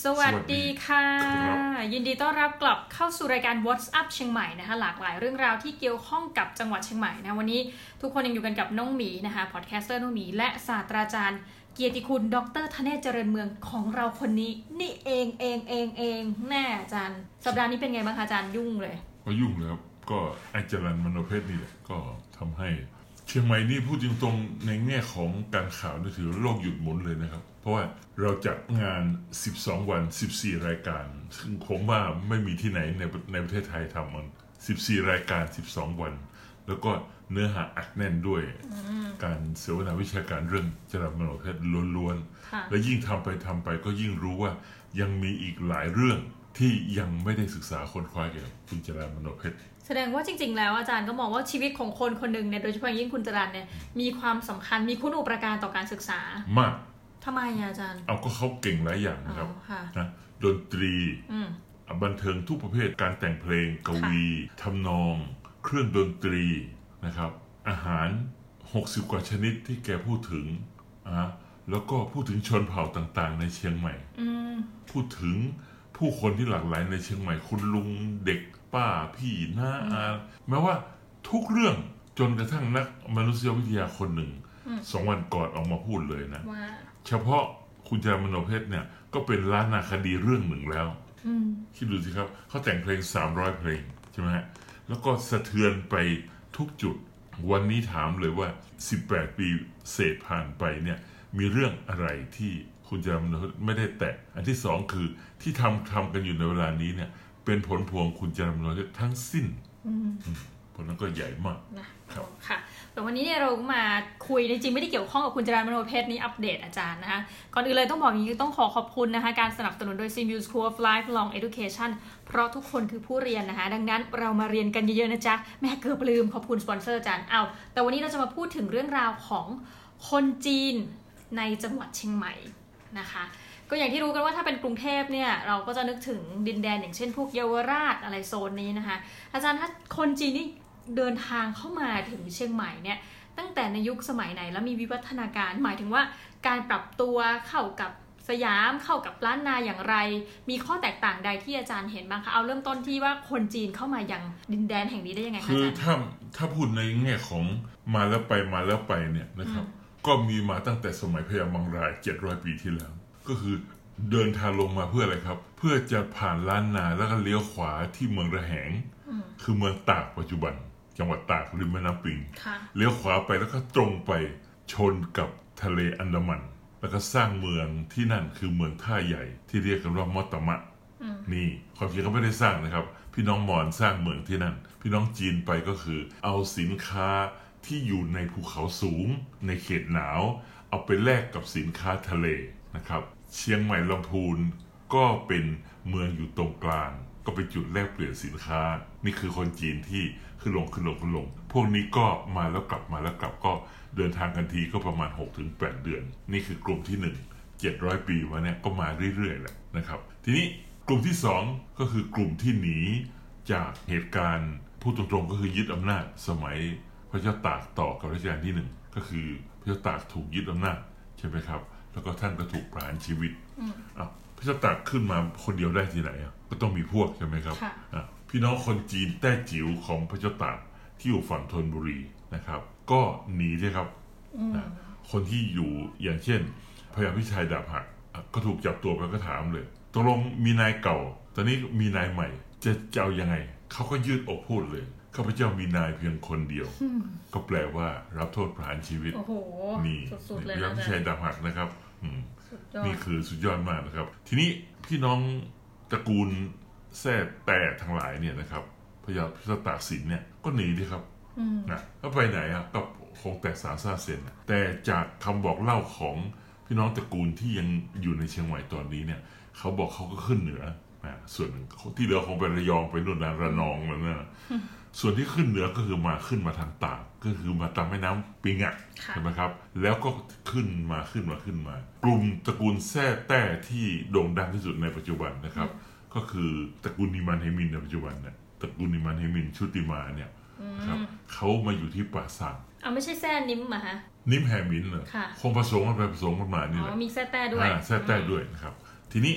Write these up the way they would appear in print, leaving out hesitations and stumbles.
สวัสดีค่ะยินดีต้อนรับกลับเข้าสู่รายการ What's Up เชียงใหม่นะคะหลากหลายเรื่องราวที่เกี่ยวข้องกับจังหวัดเชียงใหม่นะวันนี้ทุกคนยังอยู่กันกับน้องหมีนะคะพอดแคสเตอร์น้องหมีและศาสตราจารย์เกียรติคุณดร.ธเนศเจริญเมืองของเราคนนี้นี่เองแน่อาจารย์สัปดาห์นี้เป็นไงบ้างคะอาจารย์ยุ่งเลยก็ยุ่งเลยครับก็ไอ้จรัญมโนเพชรนี่แหละก็ทำให้เชียงใหม่นี่พูดตรงๆในแง่ของการข่าวนี่ถือโลกหยุดหมุนเลยนะครับเพราะว่าเราจัดงาน12วัน14รายการซึ่งผมว่าไม่มีที่ไหนในประเทศไทยทำมัน14รายการ12วันแล้วก็เนื้อหาอัดแน่นด้วยการเสวนาวิชาการเรื่องจรัญมโนเพชรล้วนๆและยิ่งทำไปก็ยิ่งรู้ว่ายังมีอีกหลายเรื่องที่ยังไม่ได้ศึกษาค้นคว้าเกี่ยวกับคุณจรัญมโนเพชรแสดงว่าจริงๆแล้วอาจารย์ก็มองว่าชีวิตของคนคนหนึ่งเนี่ยโดยเฉพาะยิ่งคุณจรัญเนี่ยมีความสำคัญมีคุณูปการต่อการศึกษามากทำไมอาจารย์เอาก็เขาเก่งหลายอย่างนะครับนะดนตรีบันเทิงทุกประเภทการแต่งเพลงกวีทำนองเครื่องดนตรีนะครับอาหาร60กว่าชนิดที่แกพูดถึงแล้วก็พูดถึงชนเผ่าต่างๆในเชียงใหม่พูดถึงผู้คนที่หลากหลายในเชียงใหม่คุณลุงเด็กป้าพี่น้าอาแม้ว่าทุกเรื่องจนกระทั่งนักมนุษยวิทยาคนหนึ่ง2 วันก่อนออกมาพูดเลยนะเฉพาะคุณจรัญมโนเพชรเนี่ยก็เป็นล้านนาคดีเรื่องหนึ่งแล้วคิดดูสิครับเขาแต่งเพลง300เพลงใช่ไหมฮะแล้วก็สะเทือนไปทุกจุดวันนี้ถามเลยว่า18ปีเศษผ่านไปเนี่ยมีเรื่องอะไรที่คุณจรัญมโนเพชรไม่ได้แตะอันที่สองคือที่ทำกันอยู่ในเวลานี้เนี่ยเป็นผลพวงคุณจรัญมโนเพชรทั้งสิ้นผลนั้นก็ใหญ่มากนะครับค่ะแต่วันนี้เนี่ยเรามาคุยจริงๆไม่ได้เกี่ยวข้องกับคุณจรัญมโนเพชรนี่อัปเดตอาจารย์นะคะก่อนอื่นเลยต้องบอกอย่างนี้ต้องขอบคุณนะคะการสนับสนุนโดย CMU School of Lifelong Education เพราะทุกคนคือผู้เรียนนะคะดังนั้นเรามาเรียนกันเยอะๆนะจ๊ะแม่เกือบลืมขอบคุณสปอนเซอร์อาจารย์แต่วันนี้เราจะมาพูดถึงเรื่องราวของคนจีนในจังหวัดเชียงใหม่นะคะก็อย่างที่รู้กันว่าถ้าเป็นกรุงเทพเนี่ยเราก็จะนึกถึงดินแดนอย่างเช่นพวกเยาวราชอะไรโซนนี้นะคะอาจารย์ถ้าคนจีนนี่เดินทางเข้ามาถึงเชียงใหม่เนี่ยตั้งแต่ในยุคสมัยไหนแล้วมีวิวัฒนาการหมายถึงว่าการปรับตัวเข้ากับสยามเข้ากับล้านนาอย่างไรมีข้อแตกต่างใดที่อาจารย์เห็นบ้างคะเอาเริ่มต้นที่ว่าคนจีนเข้ามายังดินแดนแห่งนี้ได้ยังไงคะอาจารย์คือถ้าพูดในแง่ของมาแล้วไปเนี่ยนะครับก็มีมาตั้งแต่สมัยพญามังราย700ปีที่แล้วก็คือเดินทางลงมาเพื่ออะไรครับเพื่อจะผ่านล้านนาแล้วก็เลี้ยวขวาที่เมืองระแหงคือเมืองตากปัจจุบันจังหวัดตากริมแม่น้ำปิงเลี้ยวขวาไปแล้วก็ตรงไปชนกับทะเลอันดามันแล้วก็สร้างเมืองที่นั่นคือเมืองท่าใหญ่ที่เรียกกันว่ามอตตมะนี่ความจริงก็ไม่ได้สร้างนะครับพี่น้องมอญสร้างเมืองที่นั่นพี่น้องจีนไปก็คือเอาสินค้าที่อยู่ในภูเขาสูงในเขตหนาวเอาไปแลกกับสินค้าทะเลนะครับเชียงใหม่ลำพูนก็เป็นเมืองอยู่ตรงกลางก็เป็นจุดแลกเปลี่ยนสินค้านี่คือคนจีนที่ขึ้นลงพวกนี้ก็มาแล้วกลับก็เดินทางกันทีก็ประมาณ 6-8 เดือนนี่คือกลุ่มที่1 700ปีมาเนี่ยก็มาเรื่อยๆแหละนะครับทีนี้กลุ่มที่2ก็คือกลุ่มที่หนีจากเหตุการณ์พูดตรงๆก็คือยึดอำนาจสมัยพระเจ้าตากต่อกับรัชกาลที่1ก็คือพระเจ้าตากถูกยึดอำนาจใช่ไหมครับแล้วก็ท่านก็ถูกประหารชีวิตพระเจ้าตากขึ้นมาคนเดียวได้ที่ไหนก็ต้องมีพวกใช่ไหมครับพี่น้องคนจีนแต้จิ๋วของพระเจ้าตากที่อยู่ฝั่งธนบุรีนะครับก็หนีใช่ครับคนที่อยู่อย่างเช่นพญาพิชัยดาบหักก็ถูกจับตัวไปก็ถามเลยตกลงมีนายเก่าตอนนี้มีนายใหม่จะเอายังไงเขาก็ยืดอกพูดเลยข้าพเจ้ามีนายเพียงคนเดียวก็แปลว่ารับโทษประหารชีวิตนี่พญาพิชัยดาบหักนะครับนี่คือสุดยอดมากนะครับทีนี้พี่น้องตระกูลแซ่แต่ทั้งหลายเนี่ยนะครับพญาตากสินเนี่ยก็หนีดิครับนะแล้วไปไหนก็คงแตกสาซ่าเซนแต่จากคำบอกเล่าของพี่น้องตระกูลที่ยังอยู่ในเชียงใหม่ตอนนี้เนี่ยเขาบอกเขาก็ขึ้นเหนือส่วนหนึ่งที่เหลือคงไประยองไปนู่นนะระนองแล้วนะส่วนที่ขึ้นเหนือก็คือขึ้นมาทางตากก็คือมาตามแม่น้ำปิงใช่ไหมครับแล้วก็ขึ้นมากลุ่มตระกูลแซ่แต่ที่โด่งดังที่สุดในปัจจุบันนะครับก็คือตระกูลนิมันเฮมินในปัจจุบันเนี่ยตระกูลนิมันเฮมินชุติมาเนี่ยครับเขามาอยู่ที่ป่าซางไม่ใช่แซ่นิ้มมาฮะนิ้มแฮมินเหรอคงผสมกันมานี่แหละมีแซ่แต่ด้วยแซ่แต่ด้วยนะครับทีนี้พ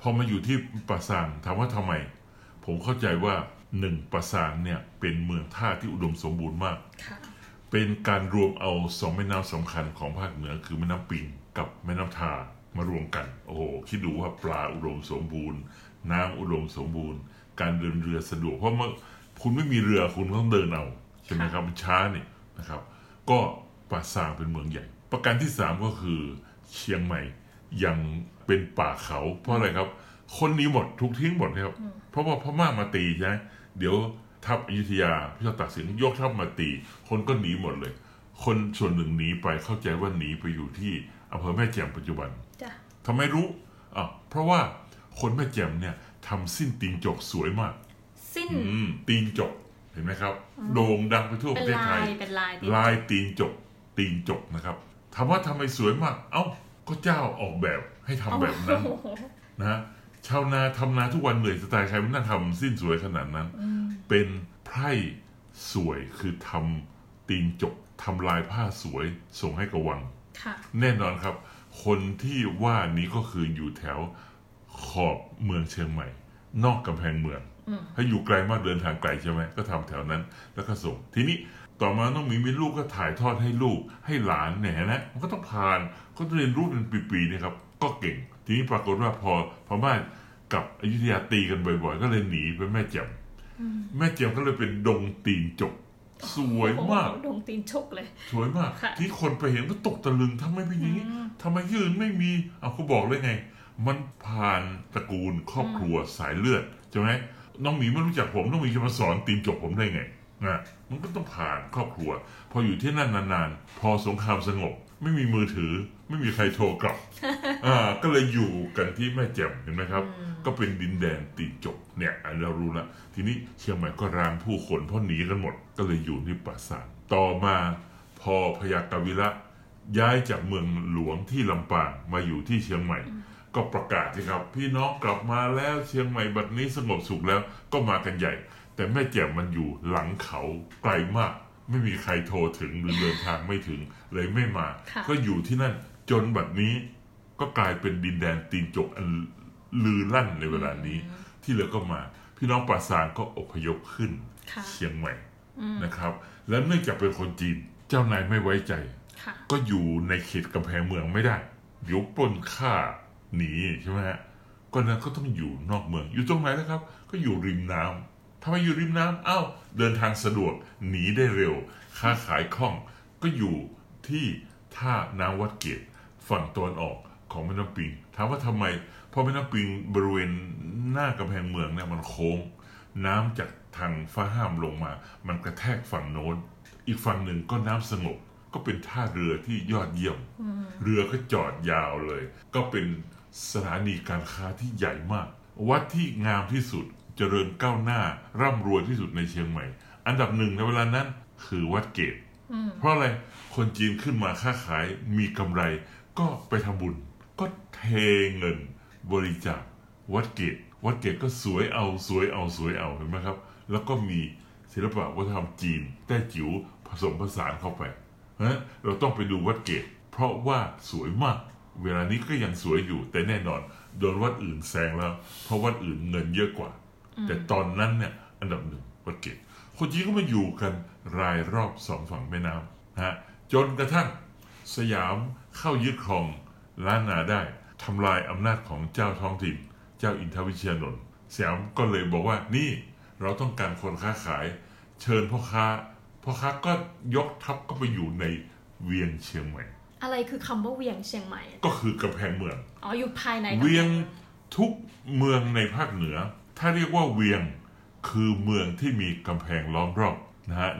พอมาอยู่ที่ป่าซางถามว่าทำไมผมเข้าใจว่า1ป่าซางเนี่ยเป็นเมืองท่าที่อุดมสมบูรณ์มากเป็นการรวมเอา2แม่น้ำสำคัญของภาคเหนือคือแม่น้ำปิงกับแม่น้ำทามารวมกันโอ้โหคิดดูว่าปลาอุดมสมบูรณ์น้ำอุดมสมบูรณ์การเดินเรือสะดวกเพราะเมื่อคุณไม่มีเรือคุณต้องเดินเอาใช่ไหมครับมันช้านี่นะครับก็ป่าซางเป็นเมืองใหญ่ประการที่3ก็คือเชียงใหม่ยังเป็นป่าเขาเพราะอะไรครับคนหนีหมดถูกทิ้งหมดครับเพราะว่าพม่ามาตีใช่ไหมเดี๋ยวทัพอยุธยาพระเจ้าตากสินยกทัพมาตีคนก็หนีหมดเลยคนส่วนหนึ่งหนีไปเข้าใจว่าหนีไปอยู่ที่อำเภอแม่แจ่มปัจจุบันทำไมรู้เพราะว่าคนแม่แจ่มเนี่ยทำสิ้นตีนจกสวยมากสิ้นตีนจกเห็นไหมครับโด่งดังไปทั่วประเทศไทยเป็นลายตีนจกนะครับถามว่าทำไมสวยมากก็เจ้าออกแบบให้ทำแบบนั้นนะชาวนาทำนาทุกวันเหนื่อยจะตายใครมันน่าทำสิ้นสวยขนาดนั้นเป็นไพร่สวยคือทำตีนจกทำลายผ้าสวยส่งให้กวังแน่นอนครับคนที่ว่านี้ก็คืออยู่แถวขอบเมืองเชียงใหม่นอกกำแพงเมืองให้อยู่ไกลมากเดินทางไกลใช่ไหมก็ทำแถวนั้นแล้วก็ส่งทีนี้ต่อมาต้องมีลูกก็ถ่ายทอดให้ลูกให้หลานเนี่ยนะมันก็ต้องผ่านก็เรียนรู้เป็นปีๆนะครับก็เก่งทีนี้ปรากฏว่าพอบ้านกับอยุธยาตีกันบ่อยๆก็เลยหนีไปแม่แจ่มก็เลยเป็นดงตีนจกสวยมากดงตีนจกเลยสวยมากที่คนไปเห็นก็ตกตะลึงทำไมเป็นอย่างนี้ทำไมที่อื่นไม่มีเขาบอกเลยไงมันผ่านตระกูลครอบครัวสายเลือดใช่ไหมน้องหมีไม่รู้จักผมน้องหมีจะมาสอนตีนจกผมได้ไงมันก็ต้องผ่านครอบครัวพออยู่ที่นั่นนานๆพอสงครามสงบไม่มีมือถือไม่มีใครโทรกลับก็เลยอยู่กันที่แม่แจ่มเห็นไหมครับก็เป็นดินแดนตีนจกเนี่ยเรารู้ละทีนี้เชียงใหม่ก็รางผู้คนเพราะหนีกันหมดก็เลยอยู่ที่ป่าซางต่อมาพอพญากาวิระย้ายจากเมืองหลวงที่ลำปางมาอยู่ที่เชียงใหม่ก็ประกาศสิครับพี่น้องกลับมาแล้วเชียงใหม่บัดนี้สงบสุขแล้วก็มากันใหญ่แต่แม่แจ่มมันอยู่หลังเขาไกลมากไม่มีใครโทรถึงหรือเดินทางไม่ถึงเลยไม่มาก็อยู่ที่นั่นจนบัดนี้ก็กลายเป็นดินแดนตีนจกอันลือลั่นในเวลานี้ที่เหลือก็มาพี่น้องป่าซางก็อพยพขึ้นเชียงใหม่นะครับแล้วเนื่องจากเป็นคนจีนเจ้านายไม่ไว้ใจก็อยู่ในเขตกำแพงเมืองไม่ได้เดี๋ยวปล้นฆ่าหนีใช่ไหมฮะก็นั้นก็ต้องอยู่นอกเมืองอยู่ตรงไหนนะครับก็อยู่ริมน้ำทำไมอยู่ริมน้ำเดินทางสะดวกหนีได้เร็วค้าขายคล่องก็อยู่ที่ท่าน้ำวัดเกตฝั่งตะวันออกของแม่น้ำปิงถามว่าทำไมเพราะแม่น้ำปิงบริเวณหน้ากำแพงเมืองเนี่ยมันโค้งน้ำจากทางฟ้าห้ามลงมามันกระแทกฝั่งโน้นอีกฝั่งหนึ่งก็น้ำสงบก็เป็นท่าเรือที่ยอดเยี่ยมเรือก็จอดยาวเลยก็เป็นสถานีการค้าที่ใหญ่มากวัดที่งามที่สุดเจริญก้าวหน้าร่ำรวยที่สุดในเชียงใหม่อันดับ1ในเวลานั้นคือวัดเกตเพราะอะไรคนจีนขึ้นมาค้าขายมีกำไรก็ไปทำบุญก็เทเงินบริจาควัดเกตก็สวยเอาเห็นไหมครับแล้วก็มีศิลปะวัฒนธรรมจีนแต้จิ๋วผสมผสานเข้าไปเราต้องไปดูวัดเกตเพราะว่าสวยมากเวลานี้ก็ยังสวยอยู่แต่แน่นอนโดนวัดอื่นแซงแล้วเพราะวัดอื่นเงินเยอะกว่าแต่ตอนนั้นเนี่ยอันดับ1วัดเกตคนจีนก็มาอยู่กันรายรอบ2ฝั่งแม่น้ำจนกระทั่งสยามเข้ายึดครองล้านนาได้ทำลายอำนาจของเจ้าท้องถิ่นเจ้าอินทวิเชียรนนท์สยามก็เลยบอกว่านี่เราต้องการคนค้าขายเชิญพ่อค้าก็ยกทัพก็ไปอยู่ในเวียงเชียงใหม่อะไรคือคำว่าเวียงเชียงใหม่ก็คือกำแพงเมืองอยู่ภายในเวียงทุกเมืองในภาคเหนือถ้าเรียกว่าเวียงคือเมืองที่มีกำแพงล้อมรอบนะฮะ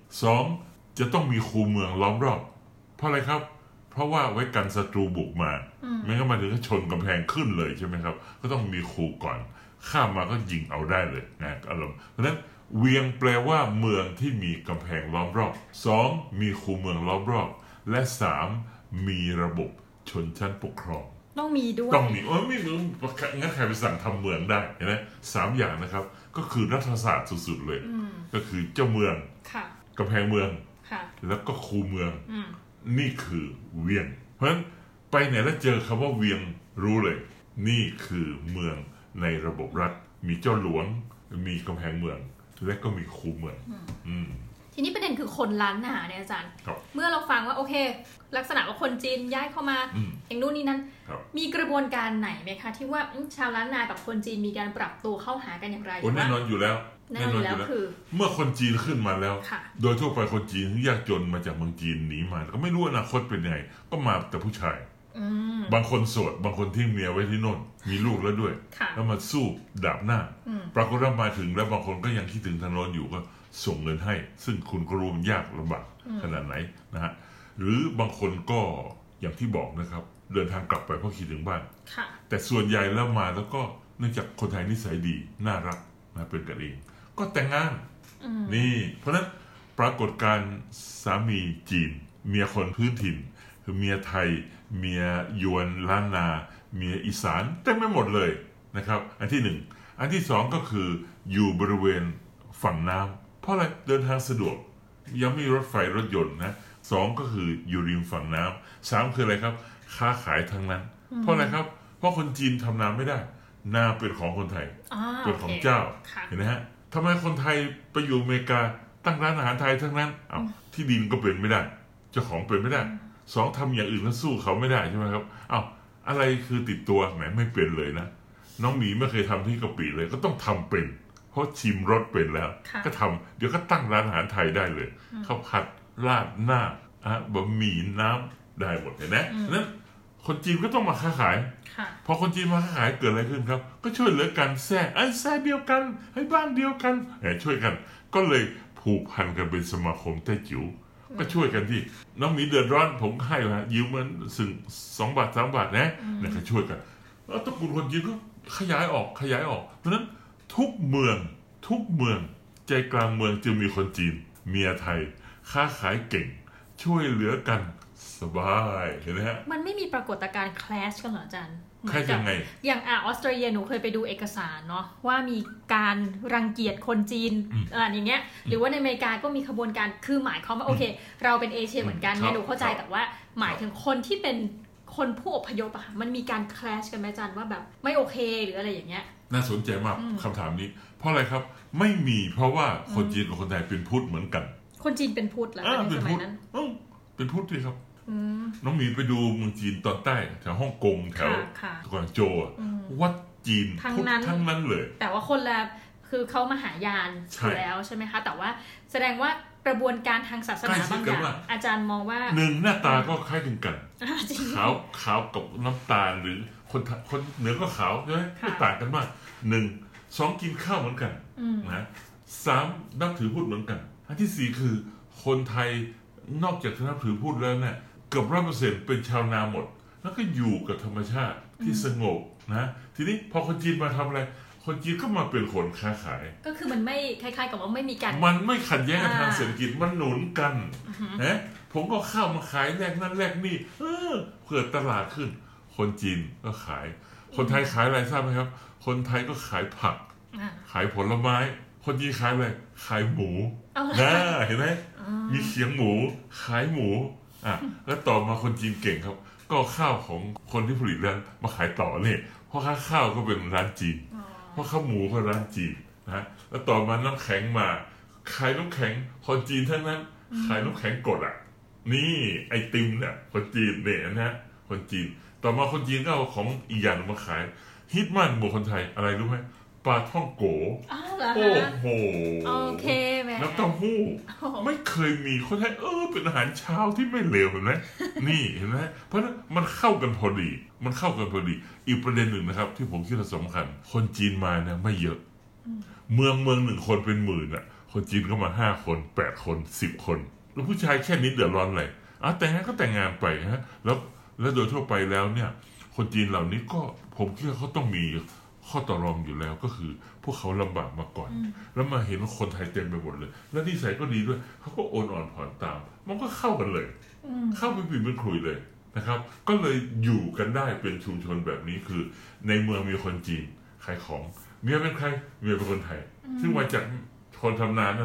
2จะต้องมีคูเมืองล้อมรอบเพราะอะไรครับเพราะว่าไว้กันศัตรูบุกมาไม่งั้นมาถึงก็ชนกำแพงขึ้นเลยใช่ไหมครับก็ต้องมีคูก่อนข้ามมาก็ยิงเอาได้เลยนะอารมณ์เพราะฉะนั้นเวียงแปลว่าเมืองที่มีกำแพงล้อมรอบ2มีคูเมืองล้อมรอบและ3มีระบบชนชั้นปกครองต้องมีด้วยต้องมีไม่งั้นใครไปสั่งทำเมืองได้เห็นไหม3อย่างนะครับก็คือรัฐศาสตร์สุดๆเลยก็คือเจ้าเมืองกำแพงเมืองแล้วก็คูเมืองนี่คือเวียงเพราะฉะนั้นไปไหนแล้วเจอคำว่าเวียงรู้เลยนี่คือเมืองในระบบรัฐมีเจ้าหลวงมีกำแพงเมืองและก็มีคูเมืองทีนี้ประเด็นคือคนล้านนาเนี่ยอาจารย์เมื่อเราฟังว่าโอเคลักษณะว่าคนจีนย้ายเข้ามาอย่างนู่นนี่นั่นมีกระบวนการไหนไหมคะที่ว่าชาวล้านนากับคนจีนมีการปรับตัวเข้าหากันอย่างไรแน่นอนอยู่แล้วแน่นอนอยู่แล้วคือเมื่อคนจีนขึ้นมาแล้วโดยทั่วไปคนจีนที่ยากจนมาจากเมืองจีนหนีมาก็ไม่รู้อนาคตเป็นยังไงก็มาแต่ผู้ชายบางคนโสดบางคนทิ้งเมียไว้ที่โน่นมีลูกแล้วด้วยแล้วมาสู้ดาบหน้าปรากฏว่ามาถึงแล้วบางคนก็ยังคิดถึงทางโน้นอยู่ก็ส่งเงินให้ซึ่งคุณก็รู้มันยากลำบากขนาดไหนนะฮะหรือบางคนก็อย่างที่บอกนะครับเดินทางกลับไปเพราะคิดถึงบ้านแต่ส่วนใหญ่แล้วมาแล้วก็เนื่องจากคนไทยนิสัยดีน่ารักนะเป็นกันเองก็แต่งงานนี่เพราะฉะนั้นปรากฏการสามีจีนเมียคนพื้นถิ่นคือเมียไทยเมียยวนล้านนาเมียอีสานเต็มไปหมดเลยนะครับอันที่หนึ่งอันที่สองก็คืออยู่บริเวณฝั่งน้ำเพราะอะไรเดินทางสะดวกยังมีรถไฟรถยนต์นะสองก็คืออยู่ริมฝั่งน้ำสามคืออะไรครับค้าขายทั้งนั้นเพราะอะไรครับเพราะคนจีนทำนาไม่ได้นาเป็นของคนไทยเป็นของเจ้าเห็นไหมฮะทำไมคนไทยไปอยู่อเมริกาตั้งร้านอาหารไทยทั้งนั้นที่ดินก็เป็นไม่ได้เจ้าของเป็นไม่ได้สองทำอย่างอื่นแล้วสู้เขาไม่ได้ใช่ไหมครับอะไรคือติดตัวแหมไม่เป็นเลยนะน้องหมีไม่เคยทำที่กะปิเลยก็ต้องทำเป็นเพราะชิมรสเป็นแล้วก็ทำเดี๋ยวก็ตั้งร้านอาหารไทยได้เลยข้าวผัดราดหน้าบะหมี่น้ำได้หมดเห็นไหมนั้นคนจีนก็ต้องมาค้าขายพอคนจีนมาค้าขายเกิดอะไรขึ้นครับก็ช่วยเหลือกันแซ่เดียวกันให้บ้านเดียวกันช่วยกันก็เลยผูกพันกันเป็นสมาคมแต้จิ๋วก็ช่วยกันที่น้องหมีเดือดร้อนผมให้ละยืมมันซึ่ง2 บาท 3 บาทนะก็ช่วยกันแล้วตระกูลคนจีนก็ขยายออกเพราะฉะนั้นทุกเมืองใจกลางเมืองจึงมีคนจีนเมียไทยค้าขายเก่งช่วยเหลือกันสบายเห็นไหมฮะมันไม่มีปรากฏการณ์คลาสกันเหรออาจารย์แค่ยังไงอย่างออสเตรเลียหนูเคยไปดูเอกสารเนาะว่ามีการรังเกียจคนจีนอย่างเงี้ยหรือว่าในอเมริกาก็มีขบวนการคือหมายความว่าโอเคเราเป็นเอเชียเหมือนกันเนี่ยหนูเข้าใจแต่ว่าหมายถึงคนที่เป็นคนผู้อพยพอะมันมีการคลาสกันไหมอาจารย์ว่าแบบไม่โอเคหรืออะไรอย่างเงี้ยน่าสนใจมากคำถามนี้เพราะอะไรครับไม่มีเพราะว่าคนจีนกับคนไทยเป็นพุทธเหมือนกันคนจีนเป็นพุทธเหรอในสมัยนั้นเป็นพุทธด้วยครับน้องหมีไปดูเมืองจีนตอนใต้แถวฮ่องกงแถวกวางโจววัดจีนพุทธทั้งนั้นเลยแต่ว่าคนละคือเขามหายานอยู่แล้วใช่ไหมคะแต่ว่าแสดงว่ากระบวนการทางศาสนาบางอย่างอาจารย์มองว่าหนึ่งหน้าตาก็คล้ายคลึงกันขาวกับน้ำตาลหรือคนเหนือก็ขาวใช่ไหมไม่ต่างกันมาก1 2กินข้าวเหมือนกันนะ3นับถือพุทธเหมือนกันอันที่4คือคนไทยนอกจากนับถือพุทธแล้วเนี่ยเกือบ100%เป็นชาวนาหมดแล้วก็อยู่กับธรรมชาติที่สงบนะทีนี้พอคนจีนมาทำอะไรคนจีนก็มาเป็นคนค้าขายก็คือมันไม่คล้ายๆกับว่าไม่มีการมันไม่ขัดแย้งกันทางเศรษฐกิจมันหนุนกันนะผมก็เข้ามาขายแลกนั่นแลกนี่เพื่อตลาดขึ้นคนจีนก็ขายคนไทยขายอะไรทราบไหมครับคนไทยก็ขายผักขายผลไม้คนจีนขายอะไรขายหมูนะเห็นไหมมีเขียงหมูขายหมูแล้วต่อมาคนจีนเก่งครับก็ข้าวของคนที่ผลิตแล้วมาขายต่อเนี่ยเพราะข้าวก็เป็นร้านจีนเพราะข้าวหมูก็ร้านจีนนะแล้วต่อมาน้ำแข็งมาขายน้ำแข็งคนจีนทั้งนั้นขายน้ำแข็งกดนี่ไอติมเนี่ยคนจีนเนี่ยนะคนจีนต่อมาคนจีนก็เอาของอีกอย่างมาขายฮิตมากบวกคนไทยอะไรรู้ไหมปลาท่องโกโอ้โหโอเคแม่น้ำเต้าหู้ไม่เคยมีคนไทยเป็นอาหารเช้าที่ไม่เลวเห็นไหมนี่เห็นไหมเพราะนั้นมันเข้ากันพอดีอีกประเด็นหนึ่งนะครับที่ผมคิดว่าสำคัญคนจีนมาเนี่ยไม่เยอะเมือง1 คนเป็นหมื่นคนจีนก็มา5 คน8 คน10 คนแล้วผู้ชายแค่นี้เดือดร้อนอะไรแต่งงานก็แต่งงานไปฮะแล้วโดยทั่วไปแล้วเนี่ยคนจีนเหล่านี้ก็ผมคิดว่าเขาต้องมีข้อต่อรองอยู่แล้วก็คือพวกเขาลำบากมาก่อนแล้วมาเห็นคนไทยเต็มไปหมดเลยแล้วนิสัยก็ดีด้วยเขาก็โอนอ่อนผ่อนตามมันก็เข้ากันเลยเข้าไปปีเป็นขลุ่ยเลยนะครับก็เลยอยู่กันได้เป็นชุมชนแบบนี้คือในเมืองมีคนจีนขายของเมียเป็นใครเมียเป็นคนไทยซึ่งมาจากคนทำนานั่นแหละ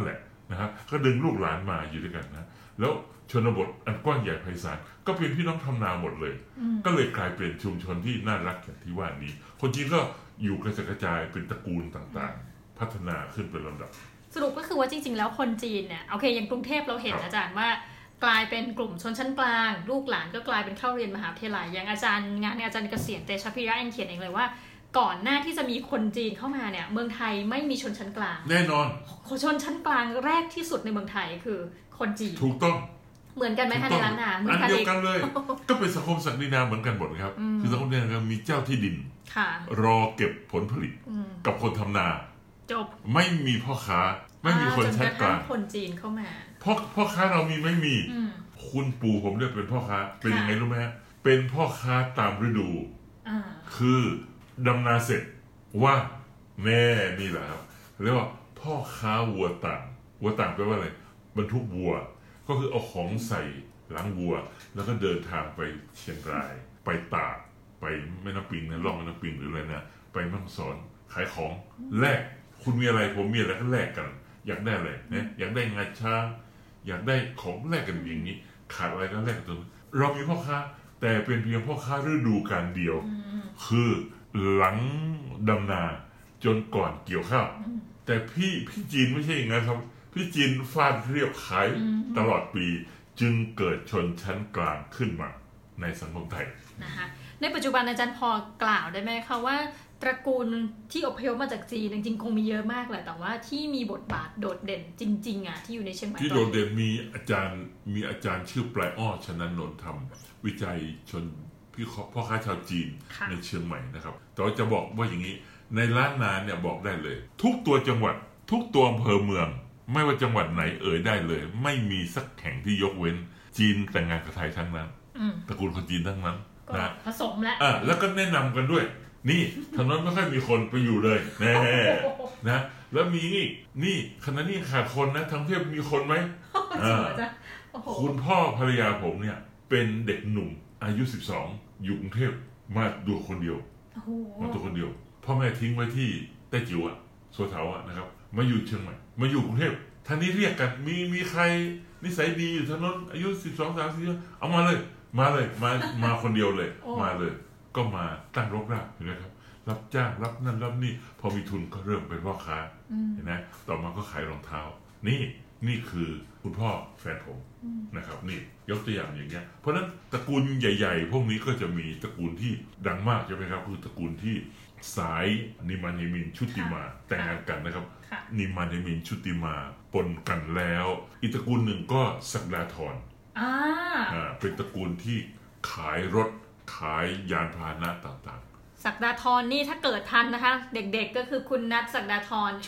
นะครับก็ดึงลูกหลานมาอยู่ด้วยกันนะแล้วชนบทอันกว้างใหญ่ไพศาลก็เป็นพี่น้องทำนาหมดเลยก็เลยกลายเป็นชุมชนที่น่ารักอย่างที่ว่านี้คนจีนก็อยู่กระจายเป็นตระกูลต่างๆพัฒนาขึ้นเป็นลำดับสรุปก็คือว่าจริงๆแล้วคนจีนเนี่ยโอเคอย่างกรุงเทพเราเห็นอาจารย์ว่ากลายเป็นกลุ่มชนชั้นกลางลูกหลานก็กลายเป็นเข้าเรียนมหาวิทยาลัยอย่างอาจารย์อาจารย์เกษียณเตชะพิริยะเองเขียนเองเลยว่าก่อนหน้าที่จะมีคนจีนเข้ามาเนี่ยเมืองไทยไม่มีชนชั้นกลางแน่นอนชนชั้นกลางแรกที่สุดในเมืองไทยคือคนจีนถูกต้องเหมือนกันไหมคะในล้านนาอันเดียวกันเลยก็เป็นสังคมศักดินาเหมือนกันหมดครับคือสังคมศักดินามีเจ้าที่ดินรอเก็บผลผลิตกับคนทำนาจบไม่มีพ่อค้าไม่มีคนชั้นกลางคนจีนเข้ามาพ่อค้าเรามีไม่มีคุณปู่ผมเรียกเป็นพ่อค้าเป็นยังไงรู้ไหมเป็นพ่อค้าตามฤดูคือดำนาเสร็จว่าแม่นี่แหละครับเรียกว่าพ่อค้าวัวต่างแปลว่าอะไรบรรทุกวัวก็คือเอาของใส่หลังวัวแล้วก็เดินทางไปเชียงรายไปตากไปแม่น้ำปิงนะล่องแม่น้ำปิงหรืออะไรนะไปแม่ฮ่องสอนขายของแลกคุณมีอะไรผมมีอะไรก็แลกกันอยากได้อะไรเนี่ยอยากได้งาช้างอยากได้ของแลกกันอย่างนี้ขาดอะไรก็แลกกันเรามีพ่อค้าแต่เป็นเพียงพ่อค้าฤดูกาลเดียวคือหลังดำนาจนก่อนเกี่ยวข้าวแต่พี่จีนไม่ใช่อย่างนั้นครับพี่จีนฟาดเรียบขายตลอดปีจึงเกิดชนชั้นกลางขึ้นมาในสังคมไทยนะคะในปัจจุบันอาจารย์พอกล่าวได้ไหมคะว่าตระกูลที่อพยพมาจากจีนจริงๆคงมีเยอะมากแหละแต่ว่าที่มีบทบาทโดดเด่นจริงๆอ่ะที่อยู่ในเชียงใหม่ที่โดดเด่นมีอาจารย์ชื่อปลายอ้อชนันนนท์ทำวิจัยชนพ่อค้าชาวจีนในเชียงใหม่นะครับแต่ว่าจะบอกว่าอย่างนี้ในล้านนาเนี่ยบอกได้เลยทุกตัวจังหวัดทุกตัวอำเภอเมืองไม่ว่าจังหวัดไหนได้เลยไม่มีสักแห่งที่ยกเว้นจีนแต่งงานกับไทยทั้งนั้นตระกูลคนจีนทั้งนั้นนะผสมแล้วก็แนะนำกันด้วยนี่ทางนั้นไม่ค่อยมีคนไปอยู่เลยแน่นะแล้วมีนี่ขณะนี้ขาดคนนะทั้งเทพมีคนไหมคุณพ่อภรรยาผมเนี่ยเป็นเด็กหนุ่มอายุ12อยู่กรุงเทพมาดูคนเดียวมาตัวคนเดียวพ่อแม่ทิ้งไว้ที่แต้จิ๋วโซเถานะครับมาอยู่เชียงใหม่มาอยู่กรุงเทพท่านนี้เรียกกันมีใครนิสัยดีอยู่ถนนอายุ12-13เอามาเลยมาคนเดียวเลยมาเลยก็มาตั้งรกรากเห็นไหมครับรับจ้างรับนั่นรับนี่พอมีทุนก็เริ่มเป็นพ่อค้าเห็นไหมต่อมาก็ขายรองเท้านี่คือคุณพ่อแฟนผมนะครับนี่ยกตัวอย่างอย่างเงี้ยเพราะฉะนั้นตระกูลใหญ่ๆพวกนี้ก็จะมีตระกูลที่ดังมากใช่ไหมครับคือตระกูลที่สายนิมานเฮมินชุติมาแต่งงานกันนะครับนิมานเฮมินชุติมาปนกันแล้วอีกตระกูลหนึ่งก็ศักดาธรเป็นตระกูลที่ขายรถขายยานพาหนะต่างๆศักดาธรนี่ถ้าเกิดทันนะคะเด็กๆก็คือคุณนัทศักดาธร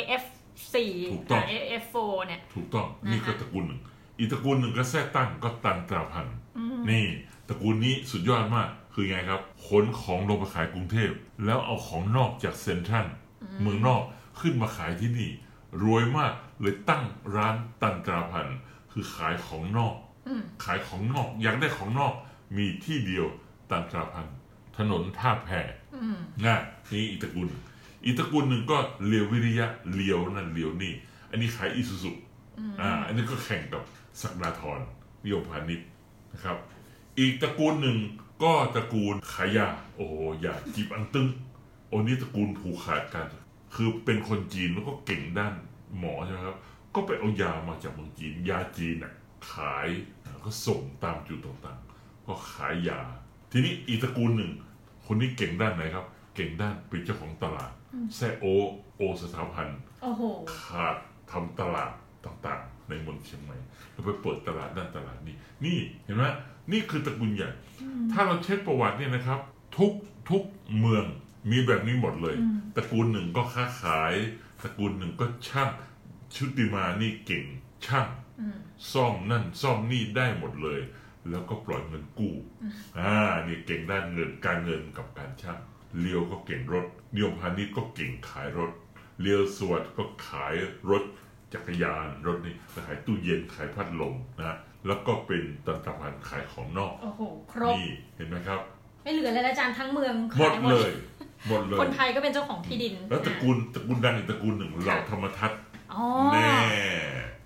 AF4 ถูกต้อง AF4 เนี่ยถูกต้องนี่ก็ตระกูลหนึ่งอีกตระกูลหนึ่งก็แท้ตั้งก็ตันตราพันนี่ตระกูลนี้สุดยอดมากคือไงครับขนของลงไปขายกรุงเทพแล้วเอาของนอกจากเซ็นทรัลเมืองนอกขึ้นมาขายที่นี่รวยมากเลยตั้งร้านตันตราพันคือขายของนอกขายของนอกอยากได้ของนอกมีที่เดียวตันตราพันถนนท่าแพง่ายนี่อีกตระกูลหนึ่งก็เลียววิริยะเลียวนั่นเลียวนี่อันนี้ขายอิซูซุอันนี้ก็แข่งกับศักดาธรนิยมพาณิชย์นะครับอีกตระกูลหนึ่งก็ตระกูลขายยาโอ้โหยาจีบอังตึงนี่ตระกูลผูกขาดกันคือเป็นคนจีนแล้วก็เก่งด้านหมอใช่ไหมครับก็ไปเอายามาจากเมืองจีนยาจีนขายก็ส่งตามจุดต่างๆก็ขายยาทีนี้อีกตระกูลหนึ่งคนนี้เก่งด้านไหนครับเก่งด้านเป็นเจ้าของตลาดแซ่โอสถาพันธ์ขาดทำตลาดต่างๆในเมืองเชียงใหม่แล้วไปเปิดตลาดด้านตลาดนี่เห็นไหมนี่คือตระกูลใหญ่ถ้าเราเช็คประวัติเนี่ยนะครับทุกเมืองมีแบบนี้หมดเลยตระกูลหนึ่งก็ค้าขายตระกูลหนึ่งก็ช่างชุติมานี่เก่งช่างซ่อมนั่นซ่อมนี่ได้หมดเลยแล้วก็ปล่อยเงินกู้นี่เก่งด้านการเงินกับการช่างเลียวก็เก่งรถนิยมพาณิชย์ก็เก่งขายรถเลียวสวัสดิ์ก็ขายรถจักรยานรถนี่ขายตู้เย็นขายพัดลมนะแล้วก็เป็นตันตพันขายของนอกโอ้โหครบนี่เห็นไหมครับไม่เหลือเลยอาจารย์ทั้งเมืองหมดเลยคนไทยก็เป็นเจ้าของที่ดินแล้วตระกูลดังอีกตระกูลหนึ่งเหล่าธรรมทัศน์แน่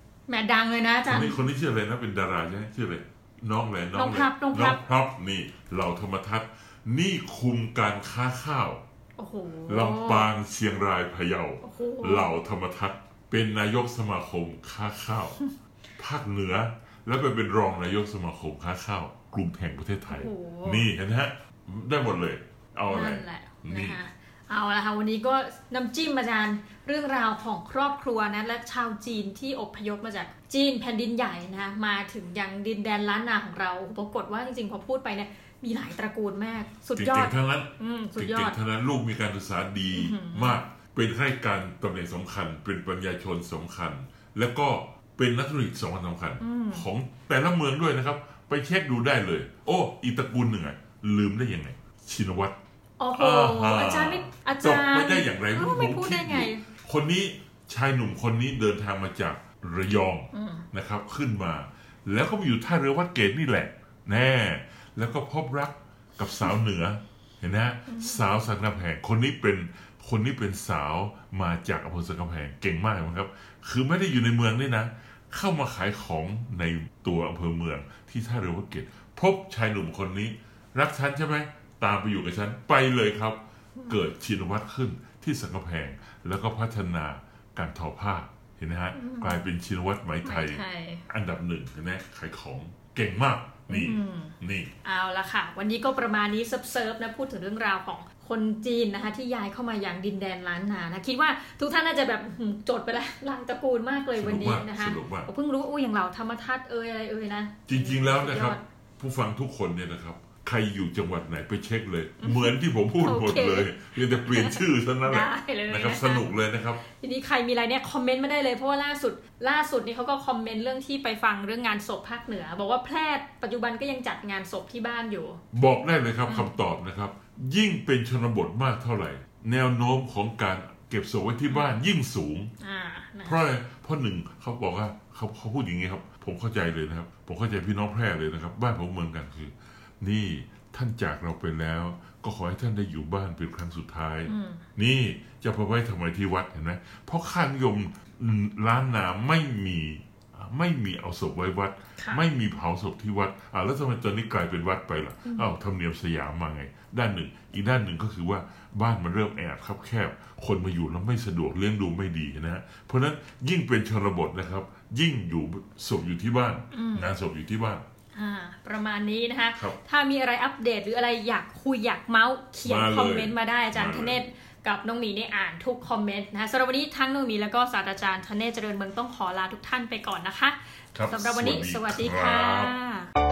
เลยนะอาจารย์คนนี้ชื่ออะไรนะเป็นดาราใช่ไหมชื่ออะไรน้องอะไรน้องพลับนี่เหล่าธรรมทัศน์นี่คุมการค้าข้าวลำปางเชียงรายพะเยาเหล่าธรรมทัศน์เป็นนายกสมาคมค้าข้าวภาคเหนือแล้วไปเป็นรองนายกสมาคมค้าข้าวกลุ่มแห่งประเทศไทยนี่เห็นไหมฮะได้หมดเลยเอาอะไรนี่เอาละค่ะวันนี้ก็น้ำจิ้มอาจารย์เรื่องราวของครอบครัวนะและชาวจีนที่อพยพมาจากจีนแผ่นดินใหญ่นะมาถึงยังดินแดนล้านนาของเราปรากฏว่าจริงๆพอพูดไปเนี่ยมีหลายตระกูลมากสุดยอดทั้งนั้นสุดยอดทั้งนั้นลูกมีการศึกษาดีมากเป็นข้าราชการตำแหน่งสำคัญเป็นปัญญาชนสำคัญแล้วก็เป็นนักธุรกิจสำคัญของแต่ละเมืองด้วยนะครับไปเช็คดูได้เลยโอ้อีกตระกูลหนึ่งลืมได้ยังไงชินวัตรโอ้โหอาจารย์จบไม่ได้อย่างไรผมคิดคนนี้ชายหนุ่มคนนี้เดินทางมาจากระยองนะครับขึ้นมาแล้วก็ไปอยู่ท่าเรือวัดเกตนี่แหละแน่แล้วก็พบรักกับสาวเหนือเห็นนะสาวสันกำแพงคนนี้เป็นสาวมาจากอำเภอสันกำแพงเก่งมากนะครับคือไม่ได้อยู่ในเมืองนี่นะเข้ามาขายของในตัวอำเภอเมืองที่ท่าเรือวัดเกตพบชายหนุ่มคนนี้รักฉันใช่ไหมตามไปอยู่กับฉันไปเลยครับเกิดชินวัตรขึ้นที่สันกำแพงแล้วก็พัฒนาการทอผ้าเห็นไหมฮะกลายเป็นชินวัตรไหมไทยอันดับหนึ่งเห็นไหมขายของเก่งมากนี่เอาละค่ะวันนี้ก็ประมาณนี้เซิร์ฟนะพูดถึงเรื่องราวของคนจีนนะคะที่ย้ายเข้ามาอย่างดินแดนล้านนานะคิดว่าทุกท่านน่าจะแบบจดไปแล้วหลายตระกูลมากเลยวันนี้นะคะเพิ่งรู้อย่างเราธรรมทัศน์อะไรนะจริงๆแล้วนะครับผู้ฟังทุกคนเนี่ยนะครับใครอยู่จังหวัดไหนไปเช็คเลยเหมือนที่ผมพูดหมดเลยเพียงแต่เปลี่ยนชื่อเท่านั้นแหละนะครับสนุกเลยนะครับทีนี้ใครมีอะไรเนี่ยคอมเมนต์มาได้เลยเพราะว่าล่าสุดนี่เขาก็คอมเมนต์เรื่องที่ไปฟังเรื่องงานศพภาคเหนือบอกว่าแพร่ปัจจุบันก็ยังจัดงานศพที่บ้านอยู่บอกได้เลยครับคำตอบนะครับยิ่งเป็นชนบทมากเท่าไหร่แนวโน้มของการเก็บศพไว้ที่บ้านยิ่งสูงเพราะหนึ่งเขาบอกว่าเขาพูดอย่างนี้ครับผมเข้าใจเลยนะครับผมเข้าใจพี่น้องแพร่เลยนะครับบ้านผมเมืองกันคือนี่ท่านจากเราไปแล้วก็ขอให้ท่านได้อยู่บ้านเป็นครั้งสุดท้ายนี่จะไปไว้ทำไมที่วัดเห็นไหมเพราะค่านิยมล้านนาไม่มีเอาศพไว้วัดไม่มีเผาศพที่วัดแล้วทำไมตอนนี้กลายเป็นวัดไปล่ะธรรมเนียมสยามมาไงด้านหนึ่งอีกด้านหนึ่งก็คือว่าบ้านมันเริ่มแอบคับแคบคนมาอยู่แล้วไม่สะดวกเลี้ยงดูไม่ดีนะฮะเพราะนั้นยิ่งเป็นชนบทนะครับยิ่งอยู่ศพอยู่ที่บ้านงานศพอยู่ที่บ้านประมาณนี้นะคะถ้ามีอะไรอัปเดตหรืออะไรอยากคุยอยากเมาส์เขียนคอมเมนต์มาได้อาจารย์ธเนศกับน้องหมีได้อ่านทุกคอมเมนต์นะคะสำหรับวันนี้ทั้งน้องหมีแล้วก็ศาสตราจารย์ธเนศเจริญเมืองต้องขอลาทุกท่านไปก่อนนะคะสำหรับวันนี้สวัสดีค่ะ